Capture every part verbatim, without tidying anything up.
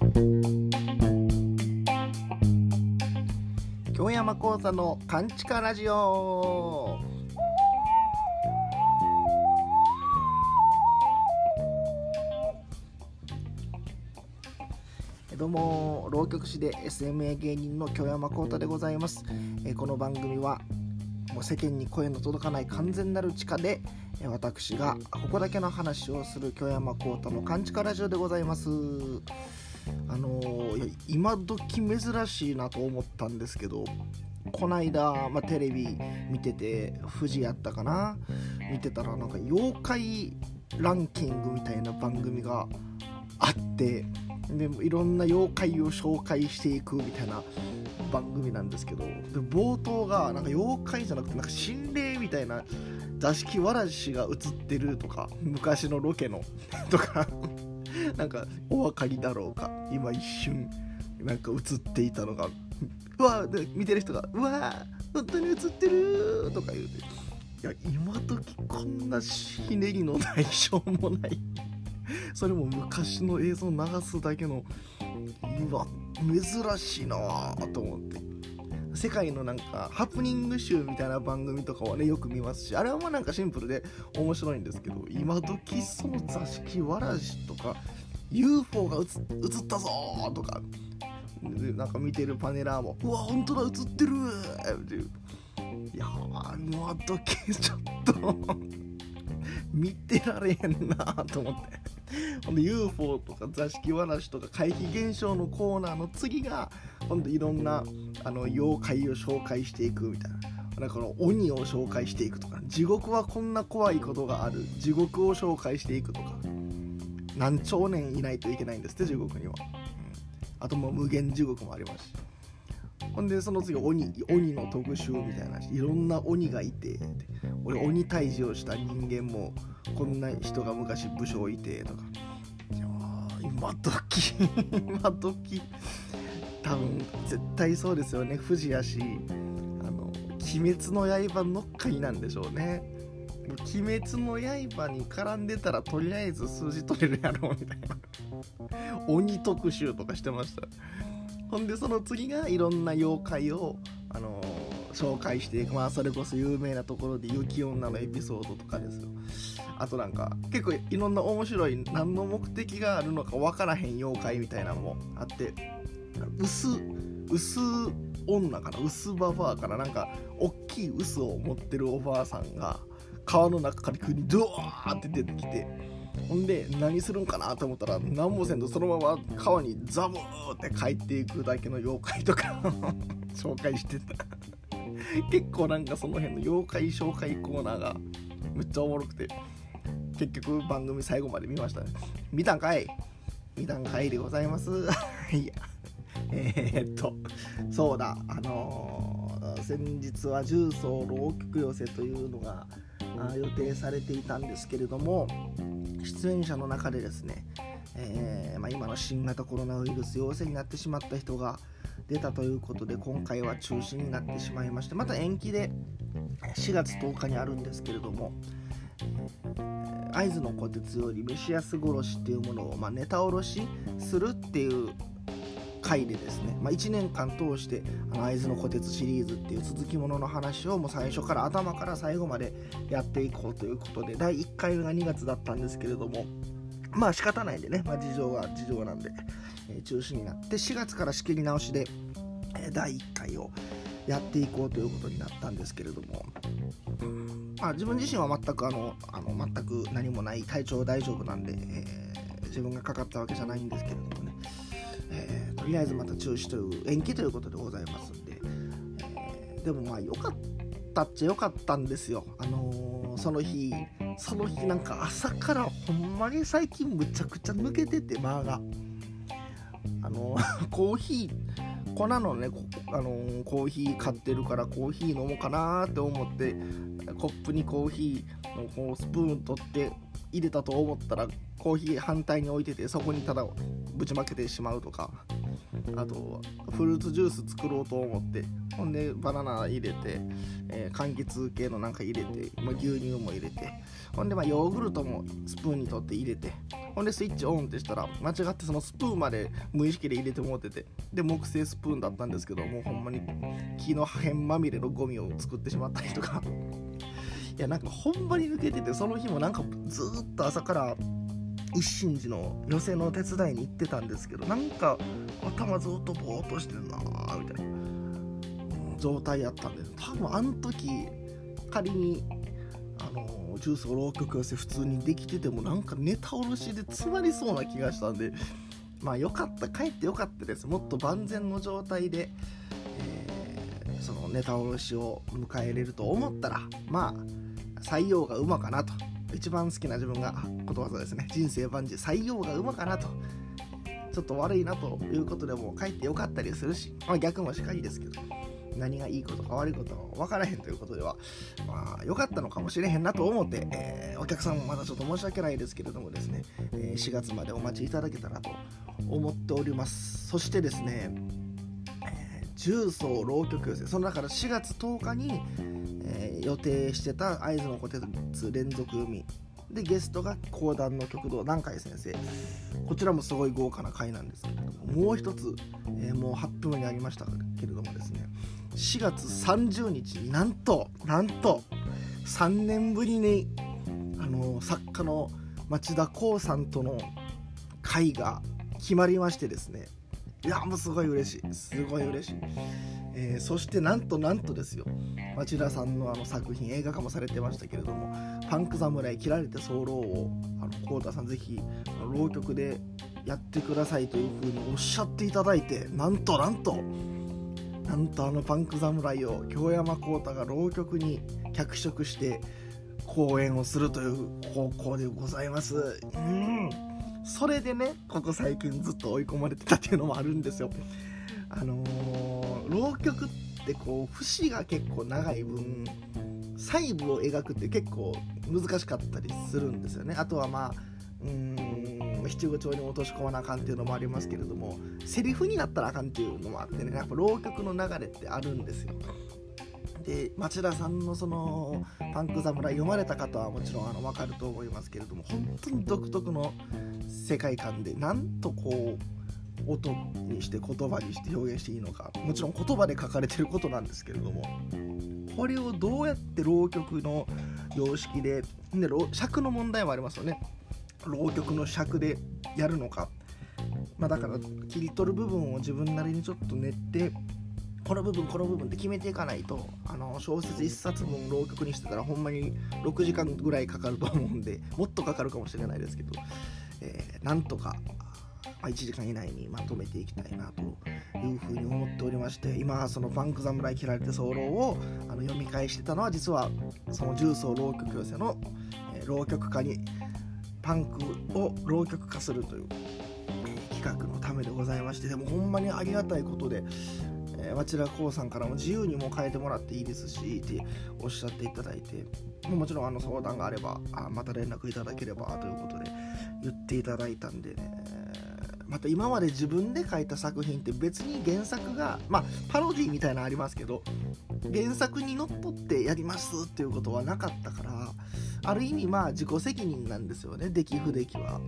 京山講座のカンチカラジオ。どうも、浪曲師で エスエムエー 芸人の京山幸太でございます。えこの番組はもう世間に声の届かない完全なる地下で私がここだけの話をする京山幸太のカンチカラジオでございます。あのー、いや今時珍しいなと思ったんですけど、こないだ、まあ、テレビ見てて、富士やったかな、見てたらなんか妖怪ランキングみたいな番組があって、でいろんな妖怪を紹介していくみたいな番組なんですけど、で冒頭がなんか妖怪じゃなくてなんか心霊みたいな座敷わらしが映ってるとか、昔のロケのとかなんかお分かりだろうか、今一瞬なんか映っていたのが、うわで見てる人がうわ本当に映ってるとか言うて、いや今時こんなひねりのないしょうもないそれも昔の映像流すだけの、うわ珍しいなと思って、世界のなんかハプニング集みたいな番組とかはねよく見ますし、あれはまあなんかシンプルで面白いんですけど、今時その座敷わらしとか ユーフォー が映, 映ったぞとかで、なんか見てるパネラーもうわ本当だ映ってるっていう、いやー今時ちょっと見てられへんなと思って、ほんで ユーフォー とか座敷わらしとか怪奇現象のコーナーの次がほんでいろんなあの妖怪を紹介していくみたいな、なんかこの鬼を紹介していくとか、地獄はこんな怖いことがある、地獄を紹介していくとか、何兆年いないといけないんですって地獄には、うん、あともう無限地獄もありますし、ほんでその次 鬼, 鬼の特集みたいな、いろんな鬼がいて、俺鬼退治をした人間もこんな人が昔武将いてとか、いや今時今時多分絶対そうですよね、富士やし、あの鬼滅の刃のっかりなんでしょうね。鬼滅の刃に絡んでたらとりあえず数字取れるやろうみたいな鬼特集とかしてました。ほんでその次がいろんな妖怪を、あのー、紹介していく、まあそれこそ有名なところで雪女のエピソードとかですよ。あとなんか結構いろんな面白い、何の目的があるのか分からへん妖怪みたいなのもあって、薄薄女かな、薄ババアかな、なんか大きい薄を持ってるおばあさんが川の中から急にドワーって出てきて、ほんで何するんかなと思ったら何もせんとそのまま川にザブーって帰っていくだけの妖怪とか紹介してた結構なんかその辺の妖怪紹介コーナーがめっちゃおもろくて、結局番組最後まで見ましたね。見たんかい見たんかいでございますいやえー、っとそうだ、あのー、先日は重曹浪曲寄せというのが予定されていたんですけれども、出演者の中でですね、えーまあ、今の新型コロナウイルス陽性になってしまった人が出たということで、今回は中止になってしまいまして、また延期でしがつとおかにあるんですけれども、会津の虎鉄より飯安殺しっていうものを、まあ、ネタ卸しするっていう回でですね、まあ、いちねんかん通してあの会津の虎鉄シリーズっていう続きものの話をもう最初から頭から最後までやっていこうということで、だいいっかいめがにがつだったんですけれども、まあ仕方ないんでね、まあ、事情は事情なんで、えー、中止になってしがつから仕切り直しで、えー、だいいっかいをやっていこうということになったんですけれども、まあ、自分自身は全くあのあの全く何もない、体調大丈夫なんで、えー、自分がかかったわけじゃないんですけれどもね、えー、とりあえずまた中止という延期ということでございますんで、えー、でもまあ良かったっちゃ良かったんですよ。あのー、その日その日なんか朝からほんまに最近むちゃくちゃ抜けてて、間があのー、コーヒー粉のね、あのー、コーヒー買ってるからコーヒー飲もうかなって思ってコップにコーヒーのこうスプーン取って入れたと思ったらコーヒー反対に置いてて、そこにただぶちまけてしまうとか、あとフルーツジュース作ろうと思ってほんでバナナ入れて、えー、柑橘系のなんか入れて、まあ、牛乳も入れて、ほんでまあヨーグルトもスプーンに取って入れて、ほんでスイッチオンってしたら間違ってそのスプーンまで無意識で入れてもうてて、で木製スプーンだったんですけど、もうほんまに木の破片まみれのゴミを作ってしまったりとかいやなんかほんまに抜けてて、その日もなんかずーっと朝から一心寺の寄席の手伝いに行ってたんですけど、なんか頭ずっとぼーっとしてるなーみたいな状態やったんで、多分あの時仮にあの重曹浪曲寄せ普通にできててもなんかネタ下ろしで詰まりそうな気がしたんで、まあよかった、帰ってよかったです。もっと万全の状態で、えー、そのネタ下ろしを迎えれると思ったら、まあ採用が馬かなと、一番好きな自分がことわざですね、人生万事採用が馬かなと、ちょっと悪いなということでも帰ってよかったりするし、まあ、逆もしかりですけど、何がいいことか悪いことか分からへんということでは、まあ良かったのかもしれへんなと思って、えー、お客さんもまだちょっと申し訳ないですけれどもですね、えー、しがつまでお待ちいただけたらと思っております。そしてですね、えー、重曹浪曲寄せ、そのだからしがつとおかに、えー、予定してた会津の虎鉄連続読みで、ゲストが講談の極道南海先生、こちらもすごい豪華な回なんですけれども、もう一つ、えー、もう発表にありましたけれどもですね、しがつさんじゅうにちになんとなんとさんねんぶりにあの作家の町田光さんとの会が決まりましてですね、いやもうすごい嬉しい、すごい嬉しい、えー、そしてなんとなんとですよ、町田さんのあの作品映画化もされてましたけれども、パンク侍切られて候をあの幸田さんぜひ浪曲でやってくださいというふうにおっしゃっていただいて、なんとなんとなんとあのパンク侍を京山幸太が浪曲に脚色して公演をするという方向でございます。うん、それでね、ここ最近ずっと追い込まれてたっていうのもあるんですよ。あのー、浪曲ってこう節が結構長い分細部を描くって結構難しかったりするんですよね。あとはまあうーん七五調に落とし込まなあかんっていうのもありますけれども、セリフになったらあかんっていうのもあってね、やっぱ浪曲の流れってあるんですよ。で町田さんのそのパンク侍読まれた方はもちろんあの分かると思いますけれども、本当に独特の世界観で、なんとこう音にして言葉にして表現していいのか、もちろん言葉で書かれてることなんですけれども、これをどうやって浪曲の様式で、で尺の問題もありますよね。浪曲の尺でやるのか、まあ、だから切り取る部分を自分なりにちょっと練って、この部分この部分って決めていかないと、あの小説いっさつぶん浪曲にしてたらほんまにろくじかんぐらいかかると思うんで、もっとかかるかもしれないですけど、えー、なんとか、まあ、いちじかん以内にまとめていきたいなというふうに思っておりまして、今そのパンク侍切られて候をあの読み返してたのは、実はその重曹浪曲寄せの、えー、浪曲化にパンクを浪曲化するという、えー、企画のためでございまして、でもほんまにありがたいことで、えー、町田光さんからも自由にも変えてもらっていいですしっておっしゃっていただいて、もちろんあの相談があればあまた連絡いただければということで言っていただいたんでね、また今まで自分で書いた作品って別に原作がまあパロディみたいなのありますけど、原作にのっとってやりますっていうことはなかったから、ある意味まあ自己責任なんですよね、出来不出来は。うん、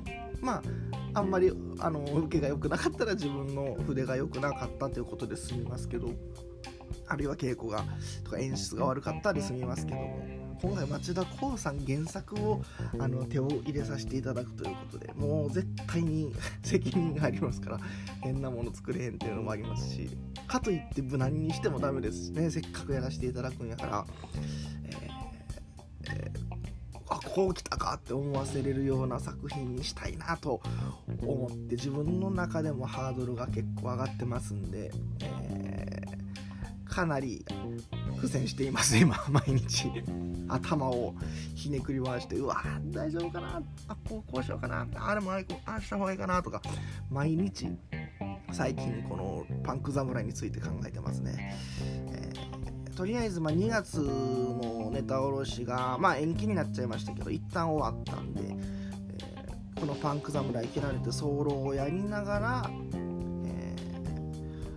まああんまりあの受けが良くなかったら自分の筆が良くなかったということで済みますけど、あるいは稽古がとか演出が悪かったで済みますけども、今回町田光さん原作をあの手を入れさせていただくということで、もう絶対に責任がありますから、変なもの作れへんっていうのもありますし、かといって無難にしてもダメですしね、せっかくやらせていただくんやから、えーえー、あこうきたかって思わせれるような作品にしたいなと思って、自分の中でもハードルが結構上がってますんで、えー、かなり苦戦しています今毎日頭をひねくり回して、うわ大丈夫かな、あこうこうしようかな、あれもあれああした方がいいかなとか、毎日最近このパンク侍について考えてますね。えー、とりあえずまあにがつのネタ卸しがまあ延期になっちゃいましたけど、一旦終わったんで、えー、このパンク侍切られて候をやりながら、えー、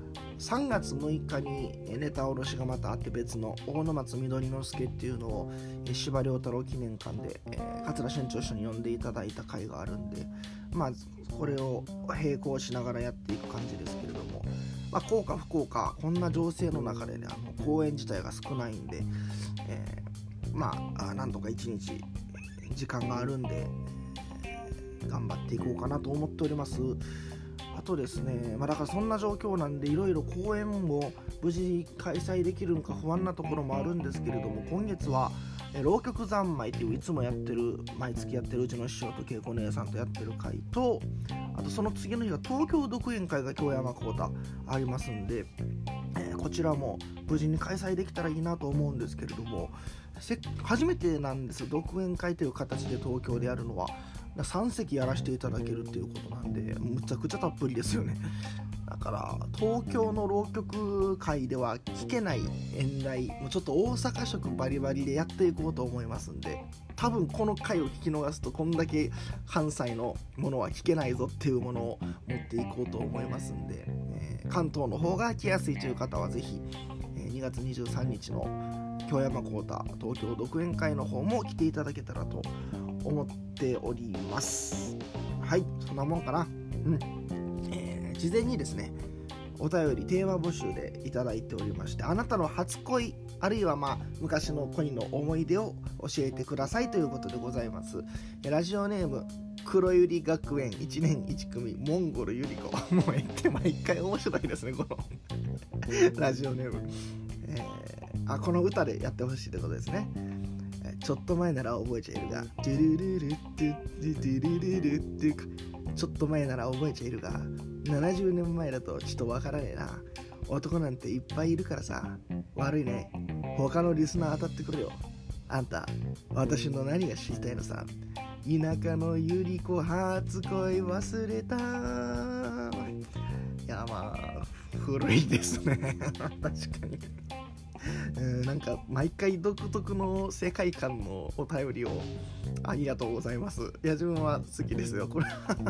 さんがつむいかにネタ卸しがまたあって、別の大野松緑之助っていうのを司馬遼太郎記念館で、えー、桂春長師匠に呼んでいただいた回があるんで、まあこれを並行しながらやっていく感じですけれども、まあ幸か不幸かこんな情勢の中でね、あの公演自体が少ないんで、えー、まあなんとか一日時間があるんで、えー、頑張っていこうかなと思っております。あとですね、まあ、だからそんな状況なんで、いろいろ公演も無事開催できるのか不安なところもあるんですけれども、今月は浪曲三昧っていういつもやってる、毎月やってるうちの師匠と恵子姉さんとやってる会と、あとその次の日が東京独演会が京山幸太ありますんで、えー、こちらも無事に開催できたらいいなと思うんですけれども、せ初めてなんです。独演会という形で東京でやるのはさん席やらせていただけるっていうことなんで、むちゃくちゃたっぷりですよね。だから東京の浪曲会では聞けない演題、もうちょっと大阪色バリバリでやっていこうと思いますんで、多分この回を聞き逃すとこんだけ関西のものは聞けないぞっていうものを持っていこうと思いますんで、えー、関東の方が来やすいという方はぜひ、えー、にがつにじゅうさんにちの京山幸太東京独演会の方も来ていただけたらと思っております。はい、そんなもんかな。うん、えー、事前にですね、お便りテーマ募集でいただいておりまして、あなたの初恋、あるいはまあ昔の恋の思い出を教えてくださいということでございます。ラジオネーム黒百合学園いちねんいち組モンゴルゆり子もうえって毎回面白いですね、このラジオネーム、えー、あこの歌でやってほしいということですね。ちょっと前なら覚えちゃいるが、ドゥルルルドゥドゥドゥルルルドゥ、ちょっと前なら覚えちゃいるが、ななじゅうねんまえだとちょっとわからねえな。男なんていっぱいいるからさ。悪いね。他のリスナー当たってくれよ。あんた、私の何が知りたいのさ。田舎のゆり子初恋忘れた。いやまあ古いですね。確かに。えー、なんか毎回独特の世界観のお便りをありがとうございます。いや自分は好きですよこれ。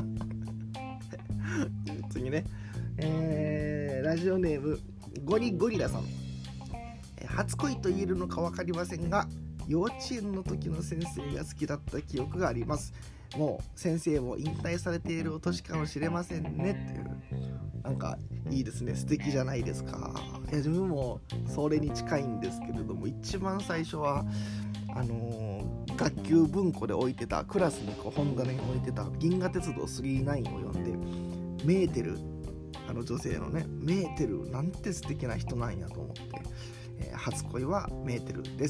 次ね、えー、ラジオネームゴリゴリラさん、初恋と言えるのか分かりませんが、幼稚園の時の先生が好きだった記憶があります。もう先生も引退されているお年かもしれませんねっていう、なんかいいですね、素敵じゃないですか。いや自分もそれに近いんですけれども、一番最初はあのー、学級文庫で置いてた、クラスにこう本棚に置いてた銀河鉄道スリーナインを読んで、メーテル、あの女性のね、メーテルなんて素敵な人なんやと思って、えー、初恋はメーテルです。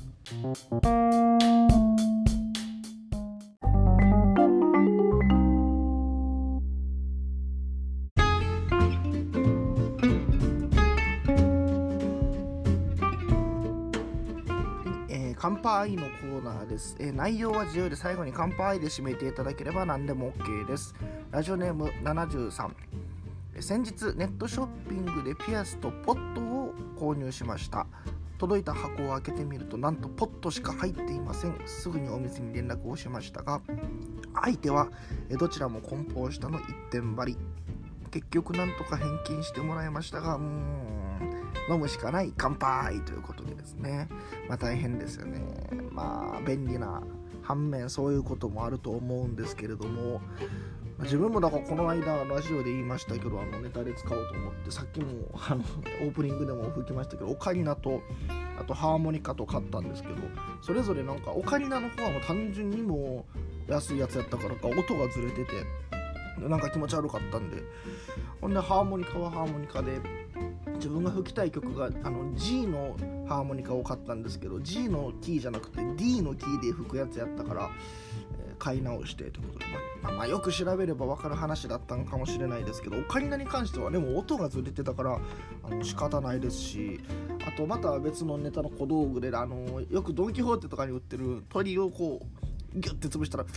乾杯のコーナーです、えー、内容は自由で最後に乾杯で締めていただければ何でも OK です。ラジオネームななじゅうさん、先日ネットショッピングでピアスとポットを購入しました。届いた箱を開けてみると、なんとポットしか入っていません。すぐにお店に連絡をしましたが、相手はどちらも梱包したの一点張り。結局なんとか返金してもらいましたが、うーん飲むしかない乾杯ということでですね、まあ大変ですよね。まあ便利な反面そういうこともあると思うんですけれども、自分もだからこの間ラジオで言いましたけど、あのネタで使おうと思って、さっきもあのオープニングでも吹きましたけど、オカリナとあとハーモニカと買ったんですけど、それぞれなんかオカリナの方はもう単純にもう安いやつやったからか音がずれててなんか気持ち悪かったんで、ほんでハーモニカはハーモニカで自分が吹きたい曲があの G のハーモニカを買ったんですけど、 G のキーじゃなくて D のキーで吹くやつやったから、えー、買い直してということで、まあ、まあよく調べれば分かる話だったのかもしれないですけど、オカリナに関してはね、もう音がずれてたからあの仕方ないですし、あとまた別のネタの小道具であのよくドンキホーテとかに売ってる鳥をこうギュッて潰したらフィュー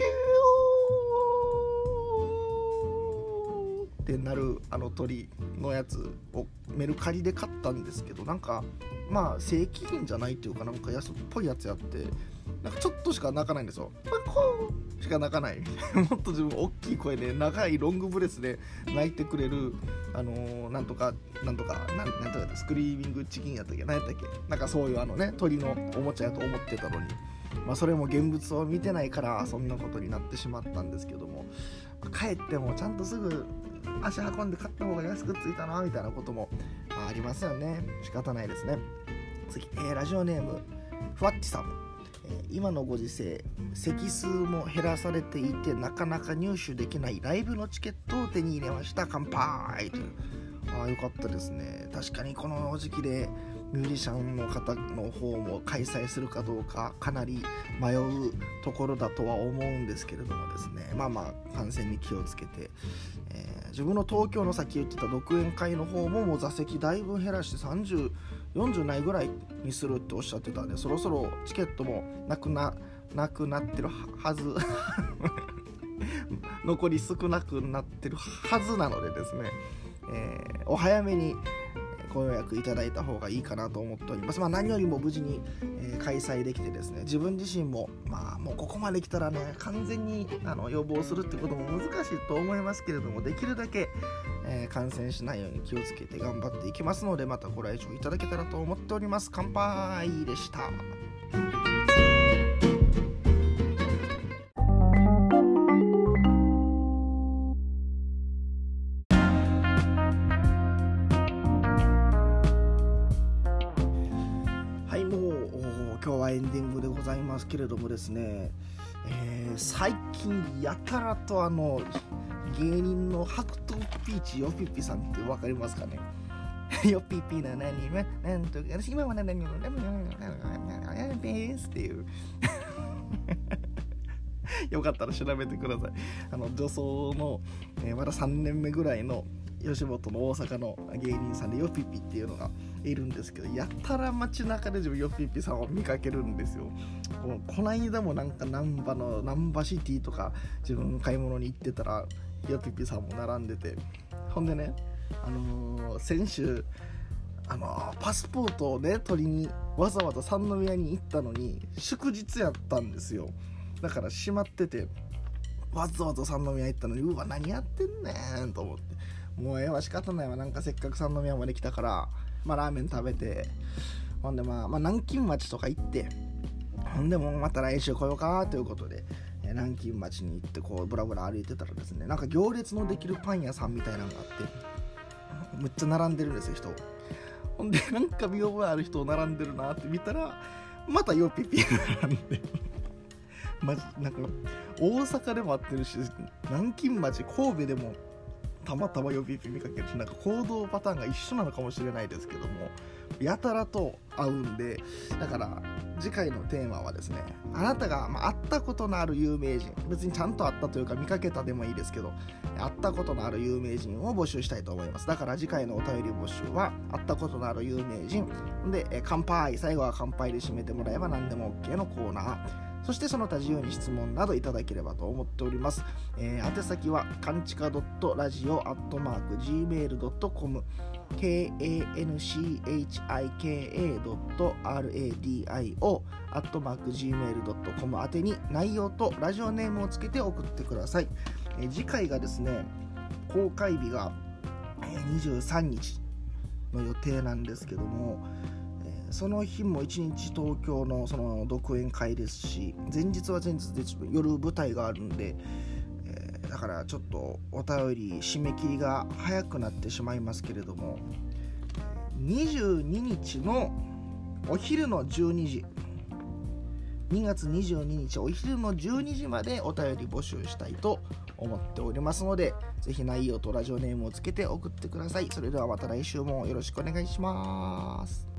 ってなるあの鳥のやつをメルカリで買ったんですけど、なんかまあ正規品じゃないっていうか、なんか安っぽいやつやって、なんかちょっとしか鳴かないんですよ。パコーンしか泣かないもっと自分大きい声で長いロングブレスで泣いてくれるあのー、なんとかなんとかなんなんとかスクリーミングチキンやったっけ何やったっけなんかそういうあのね鳥のおもちゃやと思ってたのに、まあ、それも現物を見てないからそんなことになってしまったんですけども、帰ってもちゃんとすぐ足運んで買った方が安くついたなみたいなことも、まあ、ありますよね。仕方ないですね。次、えー、ラジオネームふわっちさん、えー、今のご時世席数も減らされていてなかなか入手できないライブのチケットを手に入れました。乾杯という。ああよかったですね。確かにこの時期でミュージシャンの方の方も開催するかどうかかなり迷うところだとは思うんですけれどもですね、まあまあ感染に気をつけて、えー、自分の東京のさっき言ってた独演会の方ももう座席だいぶ減らしてさんじゅう、よんじゅうないぐらいにするっておっしゃってたんで、そろそろチケットもなくな、なくなってるはず残り少なくなってるはずなのでですね、えー、お早めにご予約いただいた方がいいかなと思っております。まあ何よりも無事に、えー、開催できてですね、自分自身もまあもうここまで来たらね完全にあの予防するってことも難しいと思いますけれども、できるだけ、えー、感染しないように気をつけて頑張っていきますので、またご来場いただけたらと思っております。乾杯でした。今日はエンディングでございますけれどもですね、えー、最近やたらとあの芸人の白桃ピーチヨピピさんって分かりますかね。ヨピピな何今なんとか私今は何何何ですっていうよかったら調べてください。あの女装の、えー、まださんねんめぐらいの吉本の大阪の芸人さんでヨピピっていうのがいるんですけど、やたら街中で自分ヨピピさんを見かけるんですよ。こ, こないだもなんかナンバのナンバシティとか自分買い物に行ってたらヨピピさんも並んでて、ほんでね、あのー、先週あのー、パスポートをね取りにわざわざ三宮に行ったのに祝日やったんですよ。だから閉まってて、わざわざ三宮行ったのにうわ何やってんねんと思って、もうええわ仕方ないわ、なんかせっかく三宮まで来たからまあラーメン食べて、ほんでまあ、まあ、南京町とか行って、ほんでもうまた来週来ようかということで、えー、南京町に行ってこうブラブラ歩いてたらですね、なんか行列のできるパン屋さんみたいなのがあって、むっちゃ並んでるんですよ人。ほんでなんか見覚えある人並んでるなって見たらまたヨピピ並んでマジなんか大阪でも会ってるし、南京町神戸でもたまたまヨピピ見かけるし、なんか行動パターンが一緒なのかもしれないですけども、やたらと会うんで、だから次回のテーマはですね、あなたが、まあ、会ったことのある有名人、別にちゃんと会ったというか見かけたでもいいですけど、会ったことのある有名人を募集したいと思います。だから次回のお便り募集は会ったことのある有名人で、え乾杯、最後は乾杯で締めてもらえば何でも OK のコーナー、そしてその他自由に質問などいただければと思っております。えー、宛先はかんちか .radio アットマーク ジーメール ドットコム カンチカ ドットラディオ アットマーク ジーメール ドットコム 宛てに内容とラジオネームをつけて送ってください。えー、次回がですね、公開日がにじゅうさんにちの予定なんですけども、その日も一日東京のその独演会ですし、前日は前日で夜舞台があるんで、えー、だからちょっとお便り締め切りが早くなってしまいますけれども、にじゅうににちのお昼のじゅうにじ、にがつにじゅうににちお昼のじゅうにじまでお便り募集したいと思っておりますので、ぜひ内容とラジオネームをつけて送ってください。それではまた来週もよろしくお願いします。